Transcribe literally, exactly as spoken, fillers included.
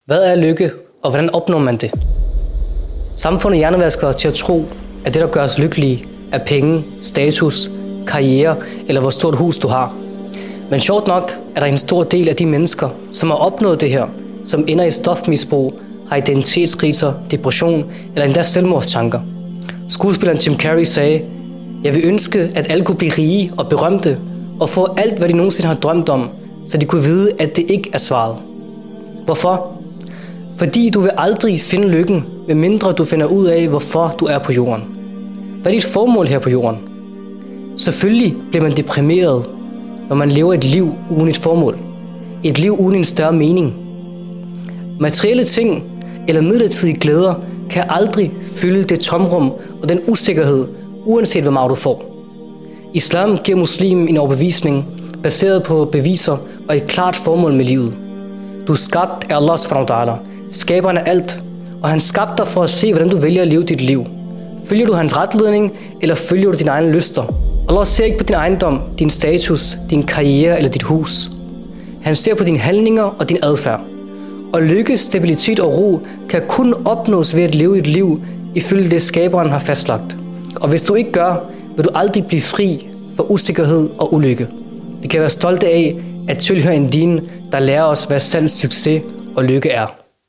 Hvad er lykke, og hvordan opnår man det? Samfundet er hjernevasket til at tro, at det, der gør os lykkelige, er penge, status, karriere eller hvor stort hus du har. Men sjovt nok er der en stor del af de mennesker, som har opnået det her, som ender i stofmisbrug, har identitetskriser, depression eller endda selvmordstanker. Skuespilleren Jim Carrey sagde, jeg vil ønske, at alle kunne blive rige og berømte og få alt, hvad de nogensinde har drømt om, så de kunne vide, at det ikke er svaret. Hvorfor? Fordi du vil aldrig finde lykken, medmindre du finder ud af, hvorfor du er på jorden. Hvad er dit formål her på jorden? Selvfølgelig bliver man deprimeret, når man lever et liv uden et formål. Et liv uden en større mening. Materielle ting eller midlertidige glæder kan aldrig fylde det tomrum og den usikkerhed, uanset hvor meget du får. Islam giver muslimen en overbevisning, baseret på beviser og et klart formål med livet. Du er skabt af Allah subhanahu wa ta'ala, skaberen af alt, og han skabte dig for at se, hvordan du vælger at leve dit liv. Følger du hans retledning, eller følger du dine egne lyster? Allah ser ikke på din ejendom, din status, din karriere eller dit hus. Han ser på dine handlinger og din adfærd. Og lykke, stabilitet og ro kan kun opnås ved at leve et liv ifølge det skaberen har fastlagt. Og hvis du ikke gør, vil du aldrig blive fri for usikkerhed og ulykke. Vi kan være stolte af at tilhøre en din, der lærer os, hvad sand succes og lykke er.